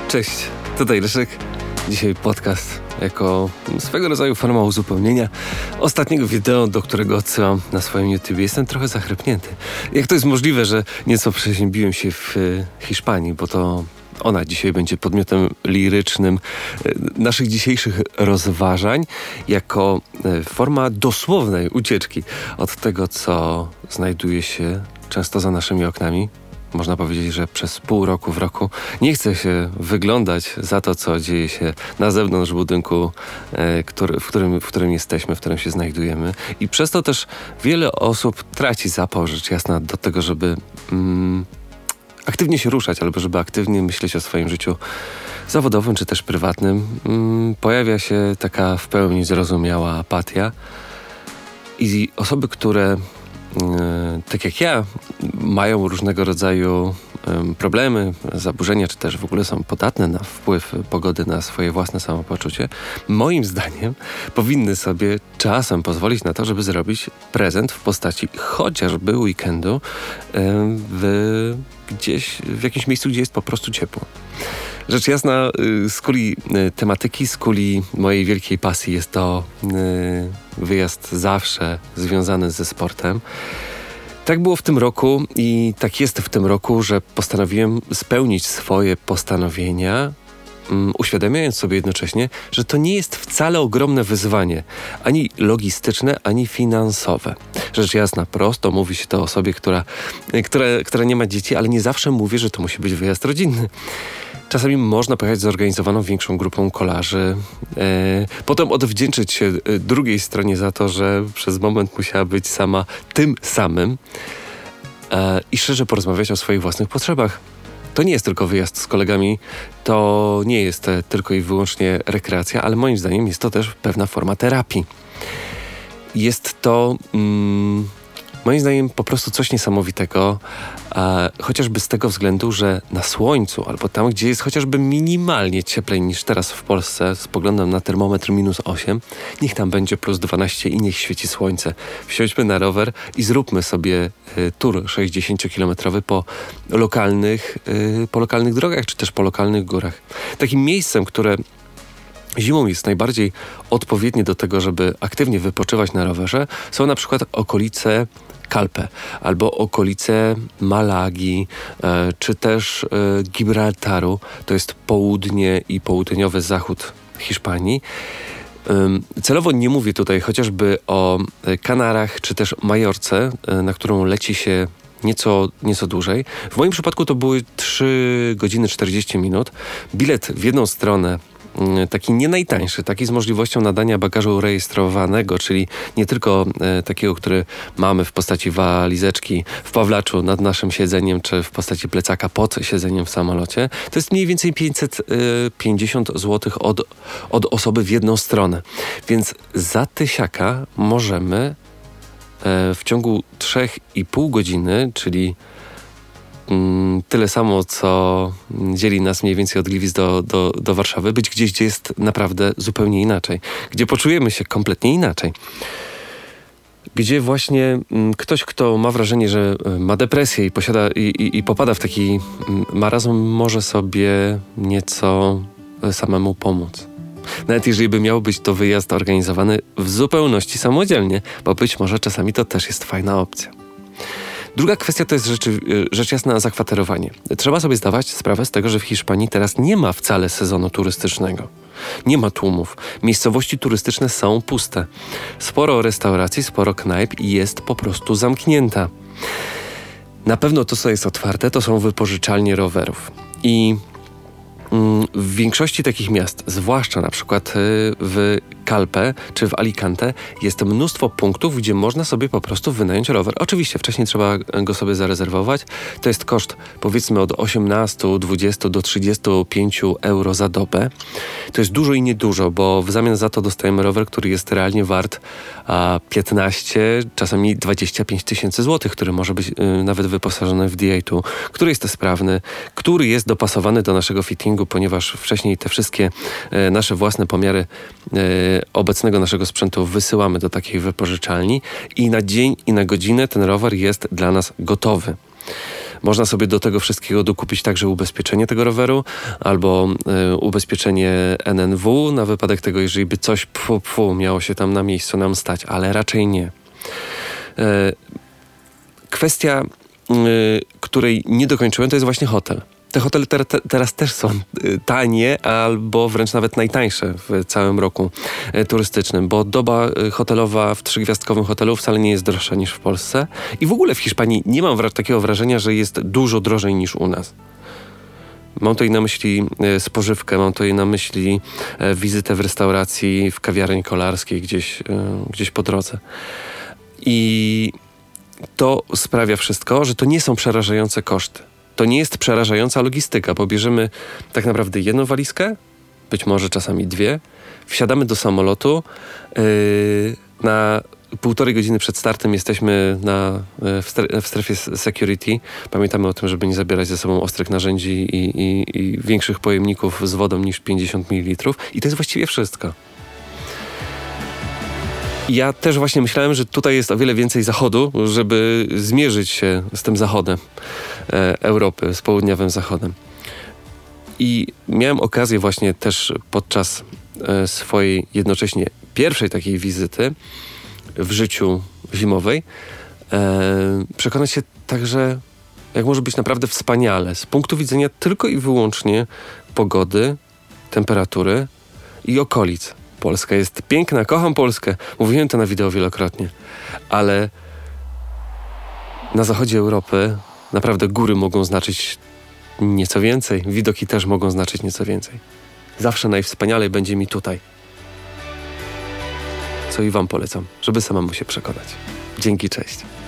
Cześć, tutaj Leszek. Dzisiaj podcast jako swego rodzaju forma uzupełnienia ostatniego wideo, do którego odsyłam na swoim YouTube. Jestem trochę zachrypnięty. Jak to jest możliwe, że nieco przeziębiłem się w Hiszpanii, bo to ona dzisiaj będzie podmiotem lirycznym naszych dzisiejszych rozważań jako forma dosłownej ucieczki od tego, co znajduje się często za naszymi oknami. Można powiedzieć, że przez pół roku w roku nie chce się wyglądać za to, co dzieje się na zewnątrz budynku, w którym jesteśmy, w którym się znajdujemy. I przez to też wiele osób traci zapał, rzecz jasna, do tego, żeby aktywnie się ruszać, albo żeby aktywnie myśleć o swoim życiu zawodowym, czy też prywatnym. Pojawia się taka w pełni zrozumiała apatia. I osoby, które tak jak ja, mają różnego rodzaju problemy, zaburzenia, czy też w ogóle są podatne na wpływ pogody na swoje własne samopoczucie, moim zdaniem powinny sobie czasem pozwolić na to, żeby zrobić prezent w postaci chociażby weekendu gdzieś w jakimś miejscu, gdzie jest po prostu ciepło. Rzecz jasna, z kuli tematyki, z kuli mojej wielkiej pasji jest to wyjazd zawsze związany ze sportem. Tak było w tym roku i tak jest w tym roku, że postanowiłem spełnić swoje postanowienia, uświadamiając sobie jednocześnie, że to nie jest wcale ogromne wyzwanie, ani logistyczne, ani finansowe. Rzecz jasna, prosto mówi się to osobie, która nie ma dzieci, ale nie zawsze mówię, że to musi być wyjazd rodzinny. Czasami można pojechać z zorganizowaną większą grupą kolarzy, potem odwdzięczyć się drugiej stronie za to, że przez moment musiała być sama tym samym i szczerze porozmawiać o swoich własnych potrzebach. To nie jest tylko wyjazd z kolegami, to nie jest tylko i wyłącznie rekreacja, ale moim zdaniem jest to też pewna forma terapii. Jest to moim zdaniem po prostu coś niesamowitego, chociażby z tego względu, że na słońcu albo tam, gdzie jest chociażby minimalnie cieplej niż teraz w Polsce, z poglądem na termometr -8, niech tam będzie +12 i niech świeci słońce. Wsiądźmy na rower i zróbmy sobie tour 60-kilometrowy po lokalnych drogach, czy też po lokalnych górach. Takim miejscem, które zimą jest najbardziej odpowiednie do tego, żeby aktywnie wypoczywać na rowerze, są na przykład okolice Calpe albo okolice Malagi, czy też Gibraltaru. To jest południe i południowy zachód Hiszpanii. Celowo nie mówię tutaj chociażby o Kanarach, czy też Majorce, na którą leci się nieco dłużej. W moim przypadku to były 3 godziny 40 minut. Bilet w jedną stronę, taki nie najtańszy, taki z możliwością nadania bagażu rejestrowanego, czyli nie tylko takiego, który mamy w postaci walizeczki w Pawlaczu nad naszym siedzeniem, czy w postaci plecaka pod siedzeniem w samolocie, to jest mniej więcej 550 zł od osoby w jedną stronę. Więc za tysiaka możemy w ciągu 3,5 godziny, czyli tyle samo, co dzieli nas mniej więcej od Gliwic do Warszawy, być gdzieś, gdzie jest naprawdę zupełnie inaczej. Gdzie poczujemy się kompletnie inaczej. Gdzie właśnie ktoś, kto ma wrażenie, że ma depresję i popada w taki marazm, może sobie nieco samemu pomóc. Nawet jeżeli by miał być to wyjazd organizowany w zupełności samodzielnie, bo być może czasami to też jest fajna opcja. Druga kwestia to jest rzecz jasna zakwaterowanie. Trzeba sobie zdawać sprawę z tego, że w Hiszpanii teraz nie ma wcale sezonu turystycznego. Nie ma tłumów. Miejscowości turystyczne są puste. Sporo restauracji, sporo knajp i jest po prostu zamknięta. Na pewno to, co jest otwarte, to są wypożyczalnie rowerów. I w większości takich miast, zwłaszcza na przykład w Calpe czy w Alicante, jest mnóstwo punktów, gdzie można sobie po prostu wynająć rower. Oczywiście wcześniej trzeba go sobie zarezerwować. To jest koszt powiedzmy od 18, 20 do 35 euro za dobę. To jest dużo i niedużo, bo w zamian za to dostajemy rower, który jest realnie wart 15, czasami 25 tysięcy złotych, który może być nawet wyposażony w D8, który jest sprawny, który jest dopasowany do naszego fittingu, ponieważ wcześniej te wszystkie nasze własne pomiary obecnego naszego sprzętu wysyłamy do takiej wypożyczalni i na dzień i na godzinę ten rower jest dla nas gotowy. Można sobie do tego wszystkiego dokupić także ubezpieczenie tego roweru albo ubezpieczenie NNW na wypadek tego, jeżeli by coś miało się tam na miejscu nam stać, ale raczej nie. Kwestia, której nie dokończyłem, to jest właśnie hotel. Te hotele teraz też są tanie albo wręcz nawet najtańsze w całym roku turystycznym, bo doba hotelowa w 3-gwiazdkowym hotelu wcale nie jest droższa niż w Polsce i w ogóle w Hiszpanii nie mam takiego wrażenia, że jest dużo drożej niż u nas. Mam tutaj na myśli spożywkę, mam tutaj na myśli wizytę w restauracji, w kawiarni kolarskiej gdzieś po drodze. I to sprawia wszystko, że to nie są przerażające koszty. To nie jest przerażająca logistyka, bo bierzemy tak naprawdę jedną walizkę, być może czasami 2, wsiadamy do samolotu, na 1,5 godziny przed startem jesteśmy w strefie security. Pamiętamy o tym, żeby nie zabierać ze sobą ostrych narzędzi i większych pojemników z wodą niż 50 ml. I to jest właściwie wszystko. Ja też właśnie myślałem, że tutaj jest o wiele więcej zachodu, żeby zmierzyć się z tym zachodem Europy, z południowym zachodem. I miałem okazję właśnie też podczas swojej jednocześnie pierwszej takiej wizyty w życiu zimowej przekonać się także, jak może być naprawdę wspaniale z punktu widzenia tylko i wyłącznie pogody, temperatury i okolic. Polska jest piękna, kocham Polskę. Mówiłem to na wideo wielokrotnie. Ale na zachodzie Europy naprawdę góry mogą znaczyć nieco więcej. Widoki też mogą znaczyć nieco więcej. Zawsze najwspanialej będzie mi tutaj. Co i wam polecam, żeby samemu się przekonać. Dzięki, cześć.